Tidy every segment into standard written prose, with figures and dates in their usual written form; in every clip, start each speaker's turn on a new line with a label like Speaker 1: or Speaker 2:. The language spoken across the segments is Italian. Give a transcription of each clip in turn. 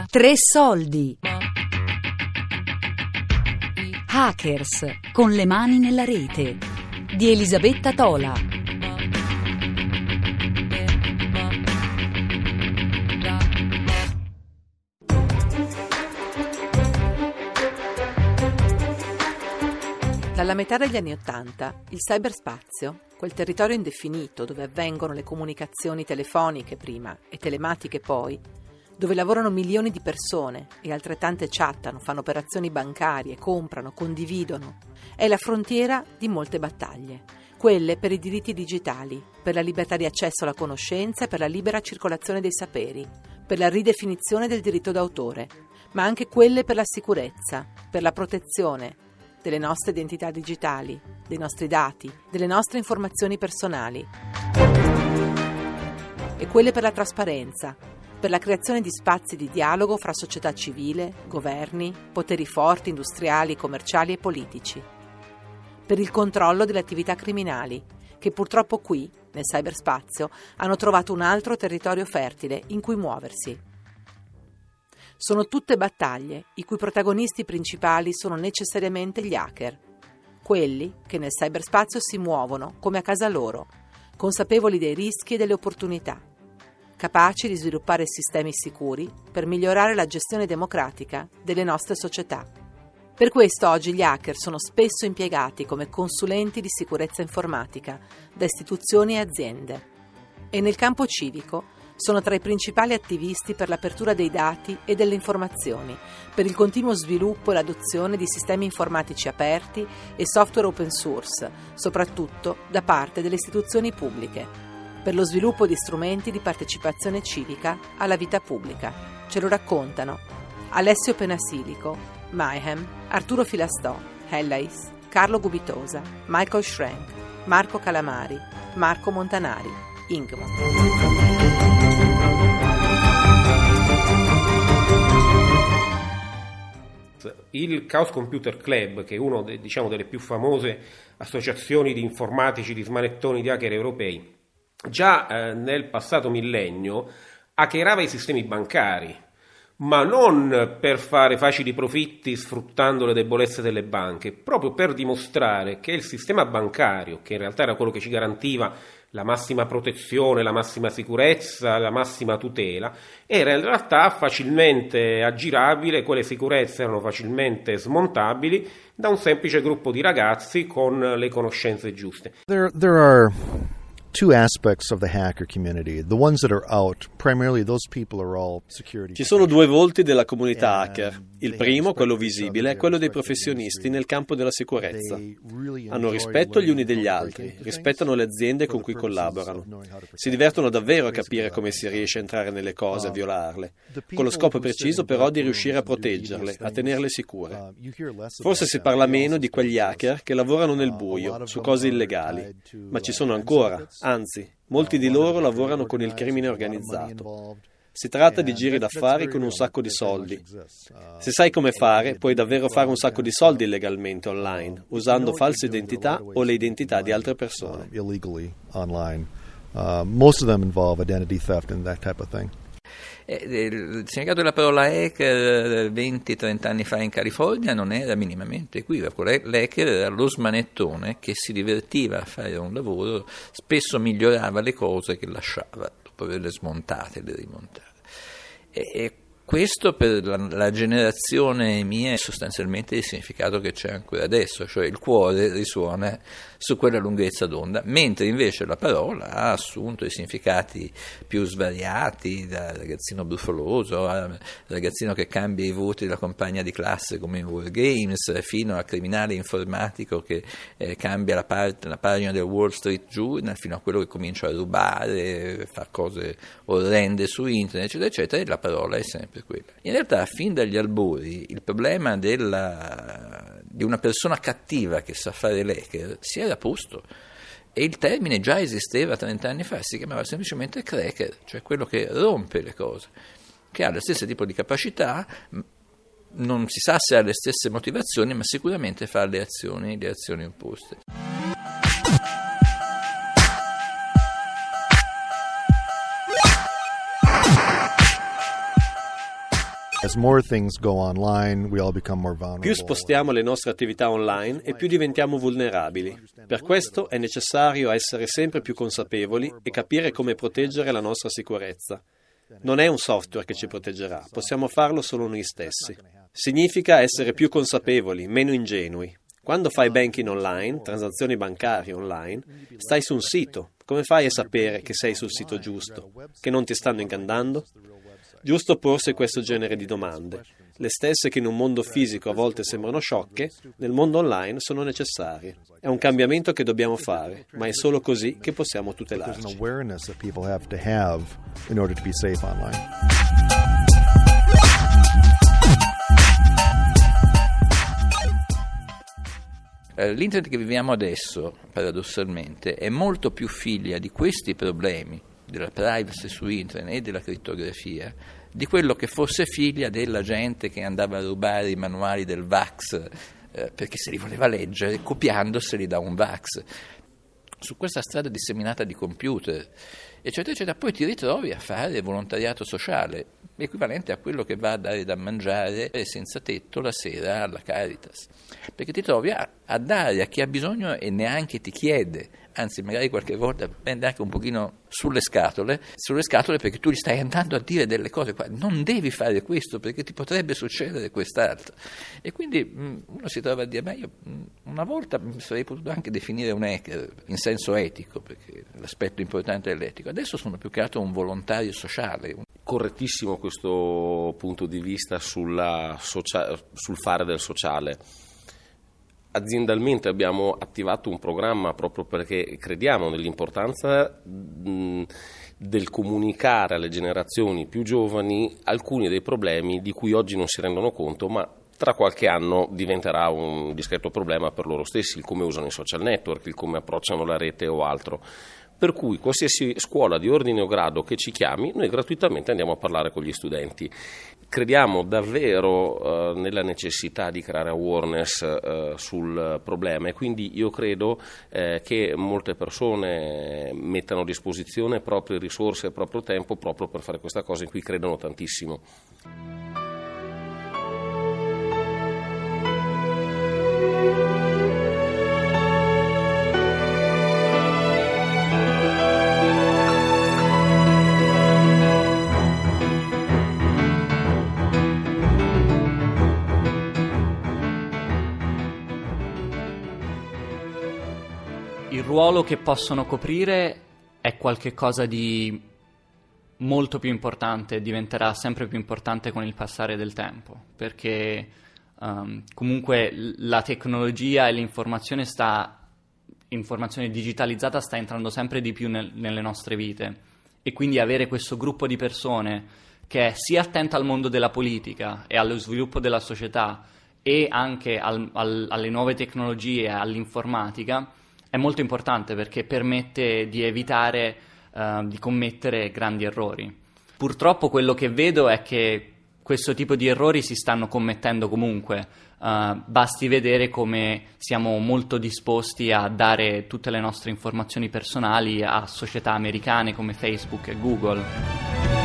Speaker 1: Tre soldi. Hackers con le mani nella rete di Elisabetta Tola.
Speaker 2: Dalla metà degli anni '80 il cyberspazio, quel territorio indefinito dove avvengono le comunicazioni telefoniche prima e telematiche poi, dove lavorano milioni di persone e altrettante chattano, fanno operazioni bancarie, comprano, condividono, è la frontiera di molte battaglie, quelle per i diritti digitali, per la libertà di accesso alla conoscenza e per la libera circolazione dei saperi, per la ridefinizione del diritto d'autore, ma anche quelle per la sicurezza, per la protezione delle nostre identità digitali, dei nostri dati, delle nostre informazioni personali, e quelle per la trasparenza, per la creazione di spazi di dialogo fra società civile, governi, poteri forti, industriali, commerciali e politici, per il controllo delle attività criminali, che purtroppo qui, nel cyberspazio, hanno trovato un altro territorio fertile in cui muoversi. Sono tutte battaglie i cui protagonisti principali sono necessariamente gli hacker, quelli che nel cyberspazio si muovono come a casa loro, consapevoli dei rischi e delle opportunità, capaci di sviluppare sistemi sicuri per migliorare la gestione democratica delle nostre società. Per questo oggi gli hacker sono spesso impiegati come consulenti di sicurezza informatica da istituzioni e aziende. E nel campo civico sono tra i principali attivisti per l'apertura dei dati e delle informazioni, per il continuo sviluppo e l'adozione di sistemi informatici aperti e software open source, soprattutto da parte delle istituzioni pubbliche, per lo sviluppo di strumenti di partecipazione civica alla vita pubblica. Ce lo raccontano Alessio Penasilico, Mayhem, Arturo Filastò, Hellais, Carlo Gubitosa, Michael Schrenk, Marco Calamari, Marco Montanari, Ingmont.
Speaker 3: Il Chaos Computer Club, che è una delle più famose associazioni di informatici, di smanettoni, di hacker europei, già nel passato millennio hackerava i sistemi bancari, ma non per fare facili profitti sfruttando le debolezze delle banche, proprio per dimostrare che il sistema bancario, che in realtà era quello che ci garantiva la massima protezione, la massima sicurezza, la massima tutela, era in realtà facilmente aggirabile, quelle sicurezze erano facilmente smontabili da un semplice gruppo di ragazzi con le conoscenze giuste.
Speaker 4: There are two aspects of the hacker community. The ones that are out, primarily those people are all security.
Speaker 5: Ci sono due volti della comunità hacker. Il primo, quello visibile, è quello dei professionisti nel campo della sicurezza. Hanno rispetto gli uni degli altri, rispettano le aziende con cui collaborano. Si divertono davvero a capire come si riesce a entrare nelle cose, a violarle, con lo scopo preciso però di riuscire a proteggerle, a tenerle sicure. Forse si parla meno di quegli hacker che lavorano nel buio, su cose illegali, ma ci sono ancora. Anzi, molti di loro lavorano con il crimine organizzato. Si tratta di giri d'affari con un sacco di soldi. Se sai come fare, puoi davvero fare un sacco di soldi illegalmente online, usando false identità o le identità di altre persone.
Speaker 4: Most of them involve identity theft and that type of thing.
Speaker 6: Il significato della parola hacker 20-30 anni fa in California non era minimamente equivoco. L'hacker era lo smanettone che si divertiva a fare un lavoro, spesso migliorava le cose che lasciava dopo averle smontate e le rimontate. E questo per la generazione mia è sostanzialmente il significato che c'è ancora adesso, cioè il cuore risuona su quella lunghezza d'onda, mentre invece la parola ha assunto i significati più svariati, da ragazzino brufoloso a ragazzino che cambia i voti della compagna di classe come in Wargames, fino a criminale informatico che cambia la pagina del Wall Street Journal, fino a quello che comincia a rubare, fa cose orrende su internet, eccetera, eccetera, e la parola è sempre quella. In realtà, fin dagli albori, il problema di una persona cattiva che sa fare l'hacker si era posto, e il termine già esisteva 30 anni fa, si chiamava semplicemente cracker, cioè quello che rompe le cose, che ha lo stesso tipo di capacità, non si sa se ha le stesse motivazioni, ma sicuramente fa le azioni opposte.
Speaker 4: As more things go online, we all become more vulnerable.
Speaker 5: Più spostiamo le nostre attività online e più diventiamo vulnerabili. Per questo è necessario essere sempre più consapevoli e capire come proteggere la nostra sicurezza. Non è un software che ci proteggerà, possiamo farlo solo noi stessi. Significa essere più consapevoli, meno ingenui. Quando fai banking online, transazioni bancarie online, stai su un sito. Come fai a sapere che sei sul sito giusto? Che non ti stanno ingannando? Giusto porsi questo genere di domande. Le stesse che in un mondo fisico a volte sembrano sciocche, nel mondo online sono necessarie. È un cambiamento che dobbiamo fare, ma è solo così che possiamo tutelarci.
Speaker 4: There's an awareness that people have to have in order to be safe online.
Speaker 6: L'internet che viviamo adesso, paradossalmente, è molto più figlia di questi problemi della privacy su internet e della crittografia, di quello che fosse figlia della gente che andava a rubare i manuali del VAX perché se li voleva leggere copiandoseli da un VAX. Su questa strada disseminata di computer, eccetera, eccetera, poi ti ritrovi a fare volontariato sociale, equivalente a quello che va a dare da mangiare senza tetto la sera alla Caritas, perché ti trovi a dare a chi ha bisogno e neanche ti chiede, anzi magari qualche volta prende anche un pochino sulle scatole perché tu gli stai andando a dire delle cose, non devi fare questo perché ti potrebbe succedere quest'altro, e quindi uno si trova a dire, ma io una volta mi sarei potuto anche definire un hacker in senso etico, perché l'aspetto importante è l'etico, adesso sono più che altro un volontario sociale.
Speaker 3: Correttissimo questo punto di vista sul fare del sociale. Aziendalmente abbiamo attivato un programma proprio perché crediamo nell'importanza del comunicare alle generazioni più giovani alcuni dei problemi di cui oggi non si rendono conto, ma tra qualche anno diventerà un discreto problema per loro stessi, il come usano i social network, il come approcciano la rete o altro. Per cui qualsiasi scuola di ordine o grado che ci chiami, noi gratuitamente andiamo a parlare con gli studenti. Crediamo davvero nella necessità di creare awareness sul problema, e quindi io credo che molte persone mettano a disposizione proprie risorse e proprio tempo proprio per fare questa cosa in cui credono tantissimo.
Speaker 7: Il ruolo che possono coprire è qualcosa di molto più importante, diventerà sempre più importante con il passare del tempo, perché comunque la tecnologia e l'informazione digitalizzata sta entrando sempre di più nelle nostre vite, e quindi avere questo gruppo di persone che è sia attenta al mondo della politica e allo sviluppo della società e anche alle nuove tecnologie, all'informatica, è molto importante perché permette di evitare di commettere grandi errori. Purtroppo quello che vedo è che questo tipo di errori si stanno commettendo comunque, basti vedere come siamo molto disposti a dare tutte le nostre informazioni personali a società americane come Facebook e Google.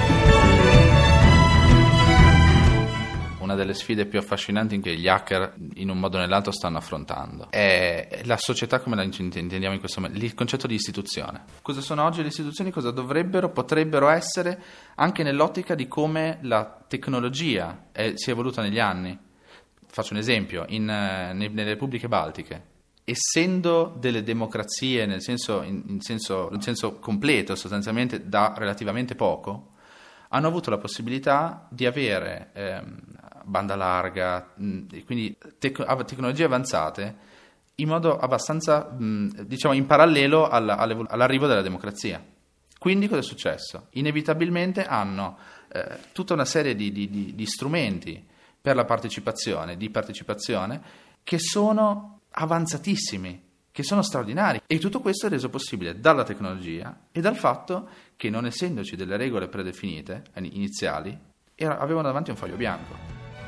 Speaker 8: Una delle sfide più affascinanti che gli hacker in un modo o nell'altro stanno affrontando è la società come la intendiamo in questo momento, il concetto di istituzione. Cosa sono oggi le istituzioni, cosa potrebbero essere, anche nell'ottica di come la tecnologia si è evoluta negli anni. Faccio un esempio, nelle repubbliche baltiche, essendo delle democrazie nel senso completo, sostanzialmente da relativamente poco, hanno avuto la possibilità di avere banda larga, quindi tecnologie avanzate in modo abbastanza, in parallelo all'arrivo della democrazia. Quindi cosa è successo? Inevitabilmente hanno tutta una serie di strumenti per la partecipazione, che sono avanzatissimi, che sono straordinari, e tutto questo è reso possibile dalla tecnologia e dal fatto che, non essendoci delle regole predefinite iniziali, avevano davanti un foglio bianco.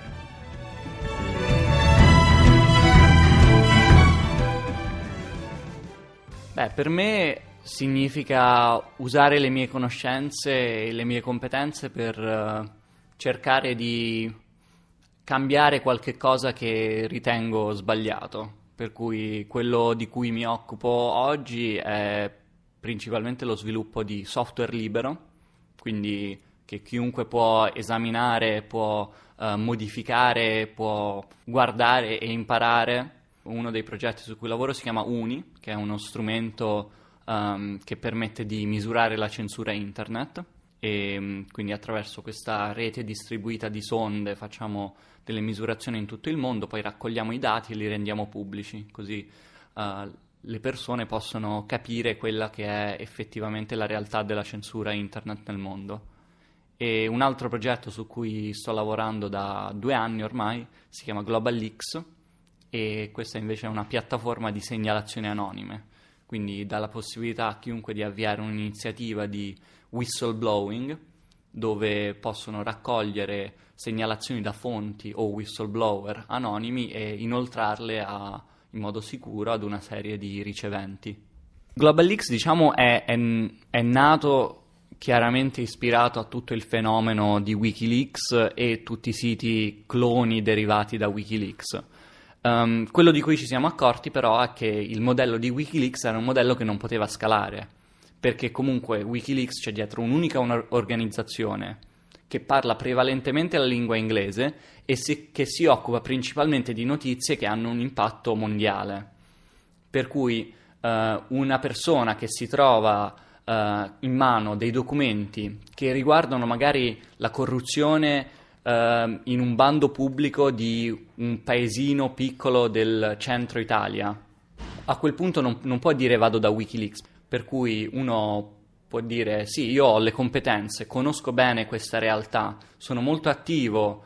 Speaker 7: Per me significa usare le mie conoscenze e le mie competenze per cercare di cambiare qualche cosa che ritengo sbagliato, per cui quello di cui mi occupo oggi è principalmente lo sviluppo di software libero, quindi che chiunque può esaminare, può modificare, può guardare e imparare. Uno dei progetti su cui lavoro si chiama Uni, che è uno strumento che permette di misurare la censura internet, e quindi attraverso questa rete distribuita di sonde facciamo delle misurazioni in tutto il mondo, poi raccogliamo i dati e li rendiamo pubblici, così le persone possono capire quella che è effettivamente la realtà della censura internet nel mondo. E un altro progetto su cui sto lavorando da 2 anni ormai si chiama Global Leaks, e questa invece è una piattaforma di segnalazioni anonime, quindi dà la possibilità a chiunque di avviare un'iniziativa di whistleblowing, dove possono raccogliere segnalazioni da fonti o whistleblower anonimi e inoltrarle in modo sicuro ad una serie di riceventi. Global Leaks, diciamo, è nato chiaramente ispirato a tutto il fenomeno di Wikileaks e tutti i siti cloni derivati da Wikileaks. Quello di cui ci siamo accorti però è che il modello di Wikileaks era un modello che non poteva scalare, perché comunque Wikileaks c'è dietro un'unica organizzazione che parla prevalentemente la lingua inglese e che si occupa principalmente di notizie che hanno un impatto mondiale. Per cui una persona che si trova in mano dei documenti che riguardano magari la corruzione in un bando pubblico di un paesino piccolo del centro Italia, a quel punto non può dire vado da Wikileaks, per cui uno può dire sì, io ho le competenze, conosco bene questa realtà, sono molto attivo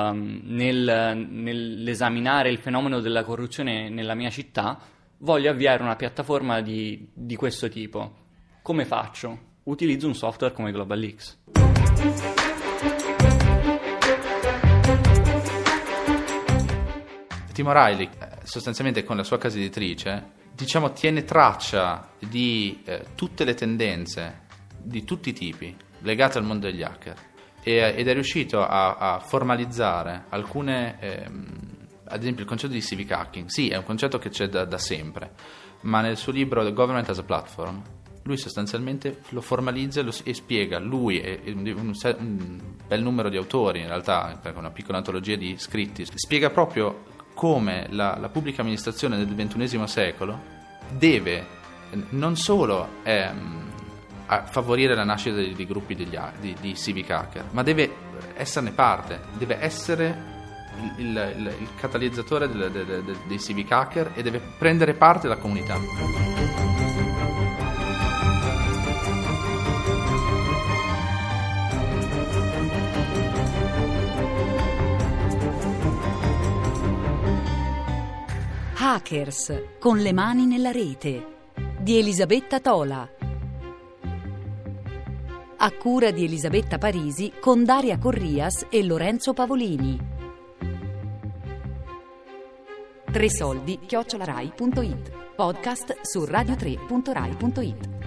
Speaker 7: nell'esaminare il fenomeno della corruzione nella mia città, voglio avviare una piattaforma di questo tipo. Come faccio? Utilizzo un software come Global Leaks.
Speaker 8: Tim O'Reilly, sostanzialmente con la sua casa editrice, diciamo, tiene traccia di tutte le tendenze di tutti i tipi legate al mondo degli hacker ed è riuscito a formalizzare alcune, ad esempio il concetto di civic hacking. Sì, è un concetto che c'è da sempre, ma nel suo libro The Government as a Platform lui sostanzialmente lo formalizza e spiega, lui e un bel numero di autori, in realtà perché una piccola antologia di scritti, spiega proprio come la pubblica amministrazione del XXI secolo deve non solo favorire la nascita di gruppi di civic hacker, ma deve esserne parte, deve essere il catalizzatore dei civic hacker e deve prendere parte alla comunità.
Speaker 1: Hackers con le mani nella rete di Elisabetta Tola, a cura di Elisabetta Parisi con Daria Corrias e Lorenzo Pavolini. tresoldi@rai.it, podcast su radio3.rai.it.